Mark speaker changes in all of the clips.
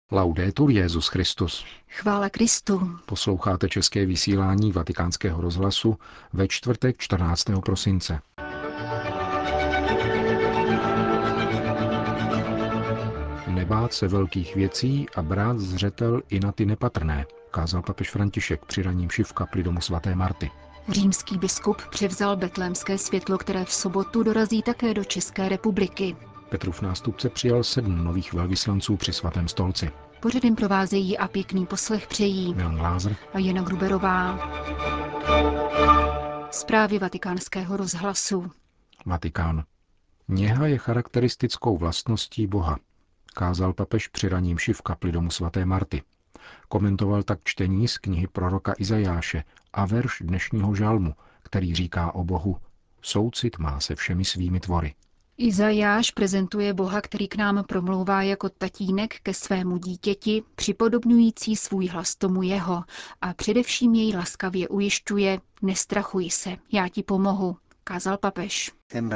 Speaker 1: Laudetur Jesus Christus.
Speaker 2: Chvála Kristu.
Speaker 1: Posloucháte české vysílání Vatikánského rozhlasu ve čtvrtek 14. prosince. Nebát se velkých věcí a brát zřetel i na ty nepatrné, kázal papež František při raní mši v kapli domu svaté Marty.
Speaker 2: Římský biskup převzal betlémské světlo, které v sobotu dorazí také do České republiky.
Speaker 1: Petrův nástupce přijal 7 nových velvyslanců při svatém stolci.
Speaker 2: Pořadem provázejí a pěkný poslech přejí
Speaker 1: Milan Glázer
Speaker 2: a Jana Gruberová. Zprávy Vatikánského rozhlasu.
Speaker 1: Vatikán. Něha je charakteristickou vlastností Boha, kázal papež při raní mši v kapli domu svaté Marty. Komentoval tak čtení z knihy proroka Izajáše a verš dnešního žalmu, který říká o Bohu: soucit má se všemi svými tvory.
Speaker 2: Izajáš prezentuje Boha, který k nám promlouvá jako tatínek ke svému dítěti, připodobňující svůj hlas tomu jeho a především jej laskavě ujišťuje: nestrachuj se, já ti pomohu, kázal papež.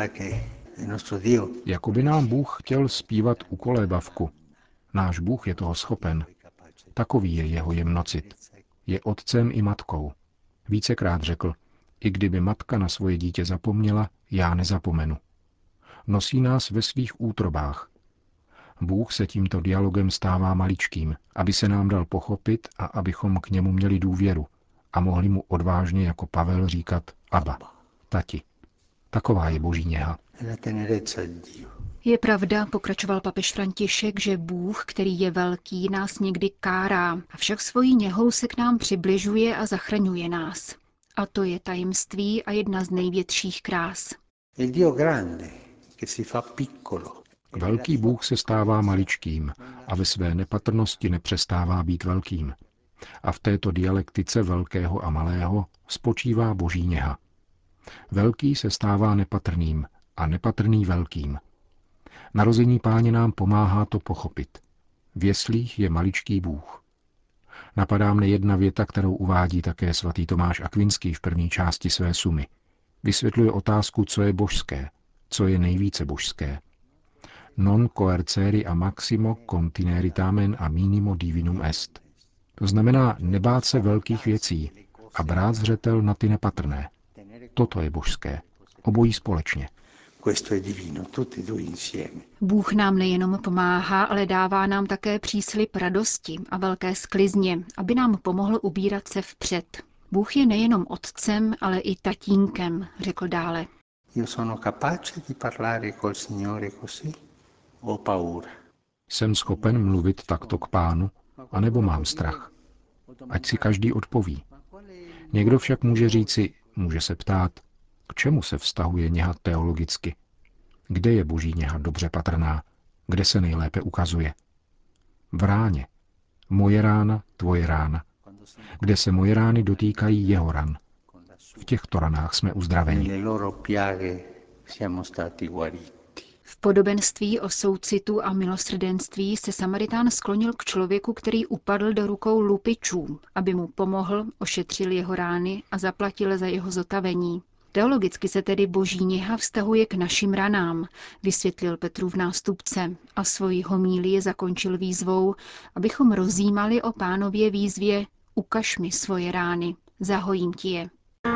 Speaker 1: Jakoby nám Bůh chtěl zpívat ukolébavku. Náš Bůh je toho schopen. Takový je jeho jemnocit. Je otcem i matkou. Vícekrát řekl: i kdyby matka na svoje dítě zapomněla, já nezapomenu. Nosí nás ve svých útrobách. Bůh se tímto dialogem stává maličkým, aby se nám dal pochopit a abychom k němu měli důvěru a mohli mu odvážně jako Pavel říkat Abba, tati. Taková je boží něha.
Speaker 2: Je pravda, pokračoval papež František, že Bůh, který je velký, nás někdy kárá, avšak svojí něhou se k nám přibližuje a zachraňuje nás. A to je tajemství a jedna z největších krás.
Speaker 1: Velký Bůh se stává maličkým a ve své nepatrnosti nepřestává být velkým. A v této dialektice velkého a malého spočívá boží něha. Velký se stává nepatrným a nepatrný velkým. Narození Páně nám pomáhá to pochopit. V jeslích je maličký Bůh. Napadá mne jedna věta, kterou uvádí také svatý Tomáš Akvinský v první části své sumy. Vysvětluje otázku, co je božské, co je nejvíce božské. Non coercere a maximo continere tamen a minimo divinum est. To znamená nebát se velkých věcí a brát zřetel na ty nepatrné. Toto je božské. Obojí společně.
Speaker 2: Bůh nám nejenom pomáhá, ale dává nám také příslib radosti a velké sklizně, aby nám pomohl ubírat se vpřed. Bůh je nejenom otcem, ale i tatínkem, řekl dále.
Speaker 1: Jsem schopen mluvit takto k Pánu, anebo mám strach? Ať si každý odpoví. Někdo však může se ptát, k čemu se vztahuje něha teologicky? Kde je boží něha dobře patrná? Kde se nejlépe ukazuje? V ráně. Moje rána, tvoje rána. Kde se moje rány dotýkají jeho ran. V těchto ranách jsme uzdraveni.
Speaker 2: V podobenství o soucitu a milosrdenství se Samaritán sklonil k člověku, který upadl do rukou lupičů, aby mu pomohl, ošetřil jeho rány a zaplatil za jeho zotavení. Teologicky se tedy boží něha vztahuje k našim ranám, vysvětlil Petrův nástupce a svoji homílii zakončil výzvou, abychom rozjímali o Pánově výzvě: ukaž mi svoje rány, zahojím ti je.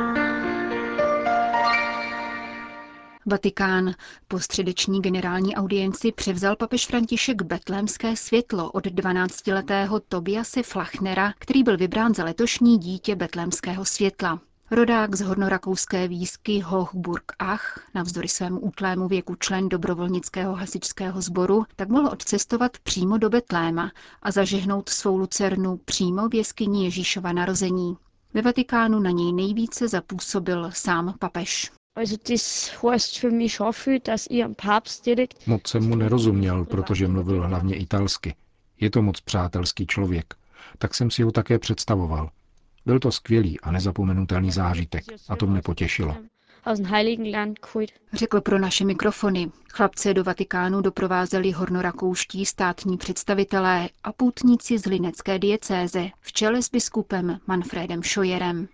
Speaker 2: Vatikán. Po středeční generální audienci převzal papež František betlémské světlo od 12letého Tobiase Flachnera, který byl vybrán za letošní dítě betlémského světla. Rodák z hornorakouské výsky Hochburg-Ach, navzdory svému útlému věku člen dobrovolnického hasičského sboru, tak mohl odcestovat přímo do Betléma a zažehnout svou lucernu přímo v jeskyni Ježíšova narození. Ve Vatikánu na něj nejvíce zapůsobil sám papež.
Speaker 1: Moc jsem mu nerozuměl, protože mluvil hlavně italsky. Je to moc přátelský člověk. Tak jsem si ho také představoval. Byl to skvělý a nezapomenutelný zážitek a to mne potěšilo.
Speaker 2: Řekl pro naše mikrofony. Chlapce do Vatikánu doprovázeli hornorakouští státní představitelé a půtníci z linecké diecéze v čele s biskupem Manfredem Scheuerem.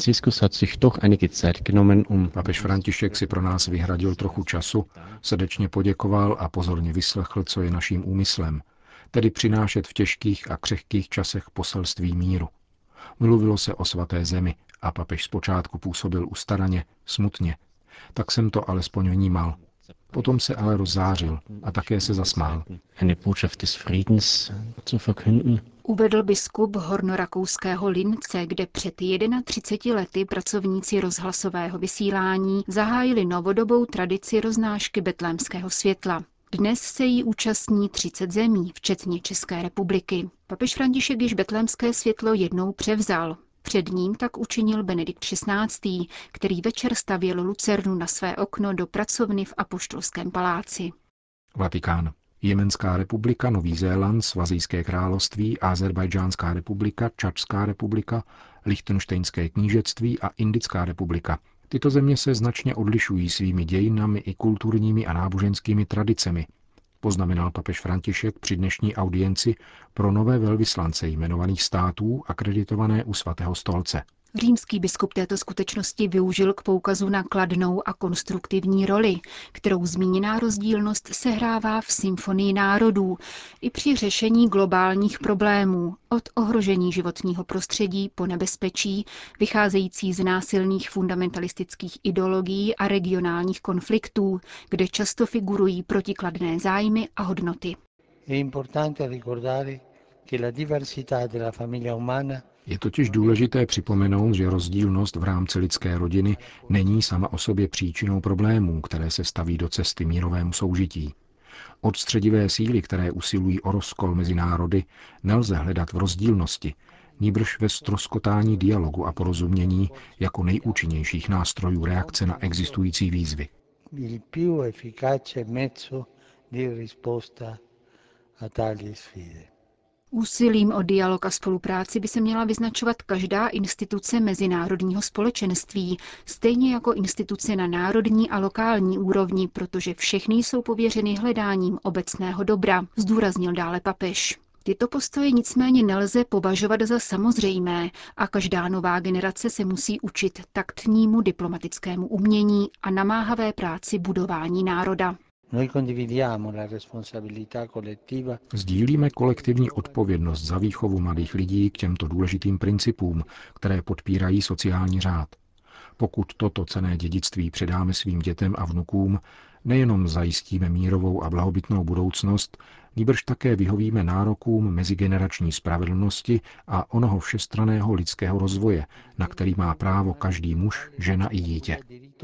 Speaker 1: Papež František si pro nás vyhradil trochu času, srdečně poděkoval a pozorně vyslechl, co je naším úmyslem, tedy přinášet v těžkých a křehkých časech poselství míru. Mluvilo se o svaté zemi a papež zpočátku působil ustaraně, smutně. Tak jsem to alespoň vnímal. Potom se ale rozzářil a také se zasmál.
Speaker 2: Uvedl biskup hornorakouského Lince, kde před 31 lety pracovníci rozhlasového vysílání zahájili novodobou tradici roznášky betlémského světla. Dnes se jí účastní 30 zemí, včetně České republiky. Papež František již betlémské světlo jednou převzal. Před ním tak učinil Benedikt XVI., který večer stavěl lucernu na své okno do pracovny v Apoštolském paláci.
Speaker 1: Vatikán. Jemenská republika, Nový Zéland, Svazijské království, Azerbajdžánská republika, Čadská republika, Lichtenštejnské knížectví a Indická republika. Tyto země se značně odlišují svými dějinami i kulturními a náboženskými tradicemi, poznamenal papež František při dnešní audienci pro nové velvyslance jmenovaných států akreditované u svatého stolce.
Speaker 2: Římský biskup této skutečnosti využil k poukazu na kladnou a konstruktivní roli, kterou zmíněná rozdílnost sehrává v symfonii národů i při řešení globálních problémů, od ohrožení životního prostředí po nebezpečí, vycházející z násilných fundamentalistických ideologií a regionálních konfliktů, kde často figurují protikladné zájmy a hodnoty.
Speaker 1: Je totiž důležité připomenout, že rozdílnost v rámci lidské rodiny není sama o sobě příčinou problémů, které se staví do cesty mírovému soužití. Odstředivé síly, které usilují o rozkol mezi národy, nelze hledat v rozdílnosti, nýbrž ve ztroskotání dialogu a porozumění jako nejúčinnějších nástrojů reakce na existující výzvy.
Speaker 2: Úsilím o dialog a spolupráci by se měla vyznačovat každá instituce mezinárodního společenství, stejně jako instituce na národní a lokální úrovni, protože všechny jsou pověřeny hledáním obecného dobra, zdůraznil dále papež. Tyto postoje nicméně nelze považovat za samozřejmé a každá nová generace se musí učit taktnímu diplomatickému umění a namáhavé práci budování národa.
Speaker 1: Sdílíme kolektivní odpovědnost za výchovu mladých lidí k těmto důležitým principům, které podpírají sociální řád. Pokud toto cenné dědictví předáme svým dětem a vnukům, nejenom zajistíme mírovou a blahobytnou budoucnost, nýbrž také vyhovíme nárokům mezigenerační spravedlnosti a onoho všestranného lidského rozvoje, na který má právo každý muž, žena i dítě.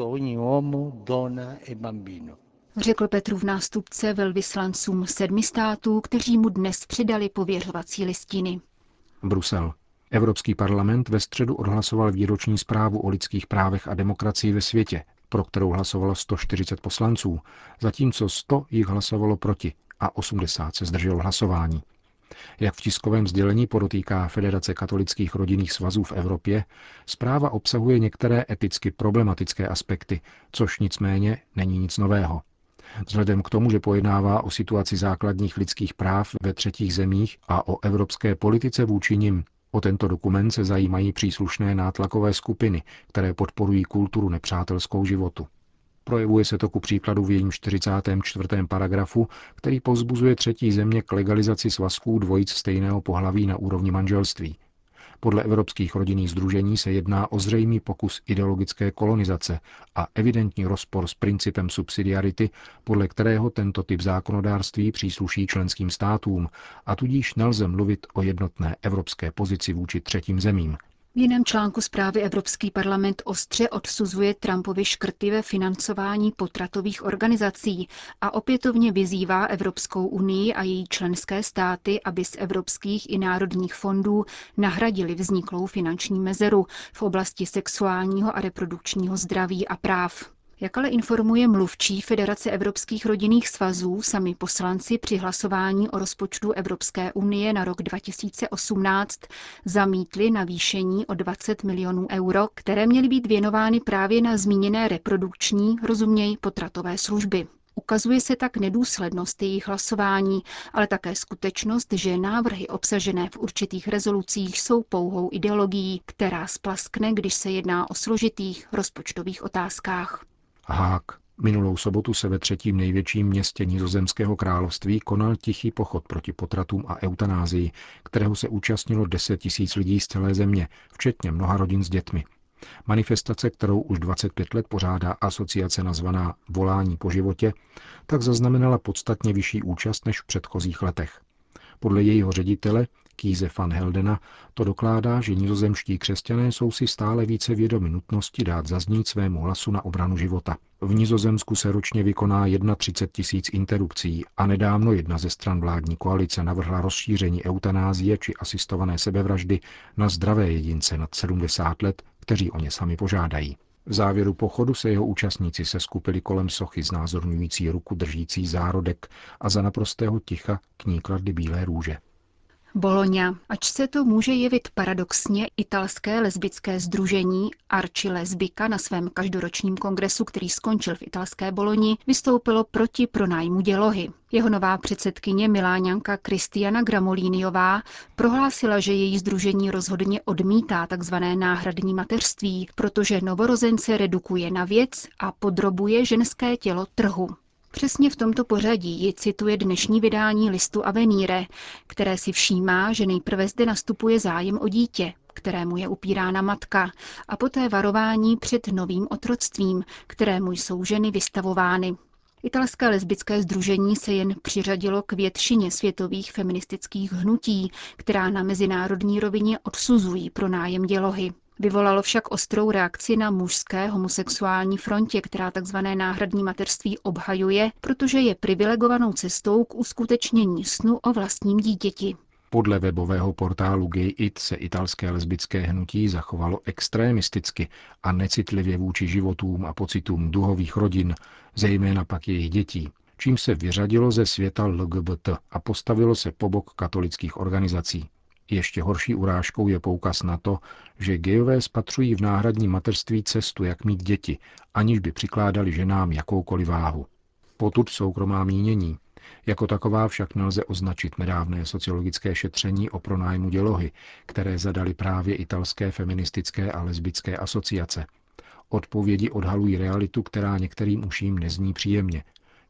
Speaker 2: Řekl Petrův nástupce velvyslancům 7 států, kteří mu dnes předali pověřovací listiny.
Speaker 1: Brusel. Evropský parlament ve středu odhlasoval výroční zprávu o lidských právech a demokracii ve světě, pro kterou hlasovalo 140 poslanců, zatímco 100 jich hlasovalo proti a 80 se zdrželo hlasování. Jak v tiskovém sdělení podotýká Federace katolických rodinných svazů v Evropě, zpráva obsahuje některé eticky problematické aspekty, což nicméně není nic nového. Vzhledem k tomu, že pojednává o situaci základních lidských práv ve třetích zemích a o evropské politice vůči nim, o tento dokument se zajímají příslušné nátlakové skupiny, které podporují kulturu nepřátelskou životu. Projevuje se to ku příkladu v jejím 44. paragrafu, který povzbuzuje třetí země k legalizaci svazků dvojic stejného pohlaví na úrovni manželství. Podle evropských rodinných sdružení se jedná o zřejmý pokus ideologické kolonizace a evidentní rozpor s principem subsidiarity, podle kterého tento typ zákonodárství přísluší členským státům a tudíž nelze mluvit o jednotné evropské pozici vůči třetím zemím.
Speaker 2: V jiném článku zprávy Evropský parlament ostře odsuzuje Trumpovy škrty ve financování potratových organizací a opětovně vyzývá Evropskou unii a její členské státy, aby z evropských i národních fondů nahradili vzniklou finanční mezeru v oblasti sexuálního a reprodukčního zdraví a práv. Jak ale informuje mluvčí Federace evropských rodinných svazů, sami poslanci při hlasování o rozpočtu Evropské unie na rok 2018 zamítli navýšení o 20 milionů euro, které měly být věnovány právě na zmíněné reprodukční, rozuměj potratové služby. Ukazuje se tak nedůslednost jejich hlasování, ale také skutečnost, že návrhy obsažené v určitých rezolucích jsou pouhou ideologií, která splaskne, když se jedná o složitých rozpočtových otázkách.
Speaker 1: Hák. Minulou sobotu se ve třetím největším městě Nizozemského království konal tichý pochod proti potratům a eutanázii, kterého se účastnilo 10 000 lidí z celé země, včetně mnoha rodin s dětmi. Manifestace, kterou už 25 let pořádá asociace nazvaná Volání po životě, tak zaznamenala podstatně vyšší účast než v předchozích letech. Podle jejího ředitele Kiese van Heldena to dokládá, že nizozemští křesťané jsou si stále více vědomi nutnosti dát zaznít svému hlasu na obranu života. V Nizozemsku se ročně vykoná 31 000 interrupcí a nedávno jedna ze stran vládní koalice navrhla rozšíření eutanázie či asistované sebevraždy na zdravé jedince nad 70 let, kteří o ně sami požádají. V závěru pochodu se jeho účastníci seskupili kolem sochy znázorňující ruku držící zárodek a za naprostého ticha k ní kladli bílé růže.
Speaker 2: Bologna. Ač se to může jevit paradoxně, italské lesbické sdružení Arci Lesbica na svém každoročním kongresu, který skončil v italské Bologni, vystoupilo proti pronájmu dělohy. Jeho nová předsedkyně Miláňanka Kristiana Gramolíniová prohlásila, že její sdružení rozhodně odmítá tzv. Náhradní mateřství, protože novorozence redukuje na věc a podrobuje ženské tělo trhu. Přesně v tomto pořadí ji cituje dnešní vydání listu Avvenire, které si všímá, že nejprve zde nastupuje zájem o dítě, kterému je upírána matka, a poté varování před novým otroctvím, kterému jsou ženy vystavovány. Italské lesbické sdružení se jen přiřadilo k většině světových feministických hnutí, která na mezinárodní rovině odsuzují pronájem dělohy. Vyvolalo však ostrou reakci na mužské homosexuální frontě, která tzv. Náhradní mateřství obhajuje, protože je privilegovanou cestou k uskutečnění snu o vlastním dítěti.
Speaker 1: Podle webového portálu Gay.it se italské lesbické hnutí zachovalo extrémisticky a necitlivě vůči životům a pocitům duhových rodin, zejména pak jejich dětí, čím se vyřadilo ze světa LGBT a postavilo se po bok katolických organizací. Ještě horší urážkou je poukaz na to, že gayové spatřují v náhradním mateřství cestu, jak mít děti, aniž by přikládali ženám jakoukoliv váhu. Potud soukromá mínění. Jako taková však nelze označit nedávné sociologické šetření o pronájmu dělohy, které zadali právě italské feministické a lesbické asociace. Odpovědi odhalují realitu, která některým uším nezní příjemně.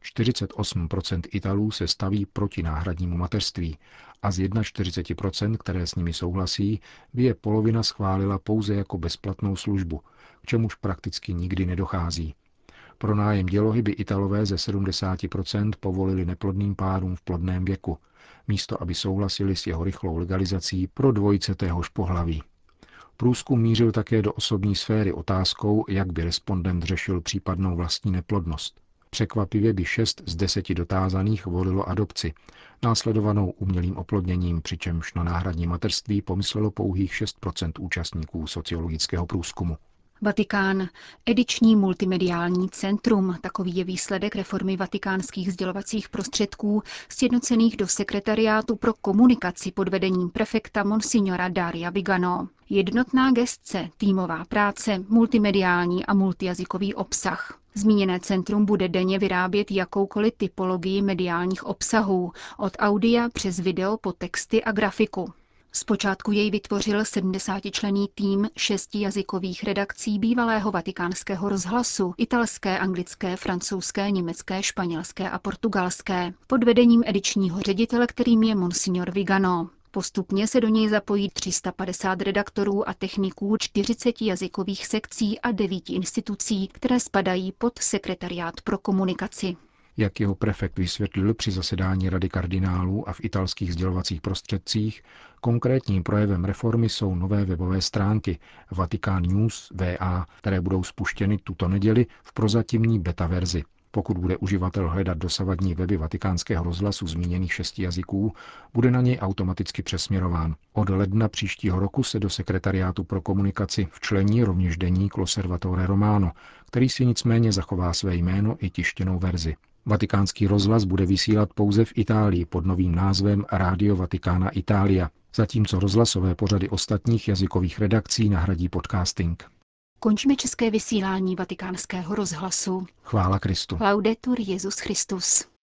Speaker 1: 48% Italů se staví proti náhradnímu mateřství a z 41%, které s nimi souhlasí, by je polovina schválila pouze jako bezplatnou službu, k čemuž prakticky nikdy nedochází. Pro nájem dělohy by Italové ze 70% povolili neplodným párům v plodném věku, místo aby souhlasili s jeho rychlou legalizací pro dvojice téhož pohlaví. Průzkum mířil také do osobní sféry otázkou, jak by respondent řešil případnou vlastní neplodnost. Překvapivě by 6 z 10 dotázaných volilo adopci, následovanou umělým oplodněním, přičemž na náhradní mateřství pomyslelo pouhých 6% účastníků sociologického průzkumu.
Speaker 2: Vatikán. Ediční multimediální centrum. Takový je výsledek reformy vatikánských sdělovacích prostředků sjednocených do sekretariátu pro komunikaci pod vedením prefekta Monsignora Daria Vigano. Jednotná gesce, týmová práce, multimediální a multijazykový obsah. Zmíněné centrum bude denně vyrábět jakoukoliv typologii mediálních obsahů, od audia přes video po texty a grafiku. Zpočátku jej vytvořil 70členný tým 6 jazykových redakcí bývalého vatikánského rozhlasu, italské, anglické, francouzské, německé, španělské a portugalské, pod vedením edičního ředitele, kterým je Monsignor Vigano. Postupně se do něj zapojí 350 redaktorů a techniků 40 jazykových sekcí a 9 institucí, které spadají pod sekretariát pro komunikaci.
Speaker 1: Jak jeho prefekt vysvětlil při zasedání Rady kardinálů a v italských sdělovacích prostředcích, konkrétním projevem reformy jsou nové webové stránky Vatican News VA, které budou spuštěny tuto neděli v prozatímní beta verzi. Pokud bude uživatel hledat dosavadní weby vatikánského rozhlasu zmíněných 6 jazyků, bude na něj automaticky přesměrován. Od ledna příštího roku se do sekretariátu pro komunikaci včlení rovněž deník L'Osservatore Romano, který si nicméně zachová své jméno i tištěnou verzi. Vatikánský rozhlas bude vysílat pouze v Itálii pod novým názvem Radio Vaticana Italia, zatímco rozhlasové pořady ostatních jazykových redakcí nahradí podcasting.
Speaker 2: Končíme české vysílání Vatikánského rozhlasu.
Speaker 1: Chvála Kristu.
Speaker 2: Laudetur Jesus Christus.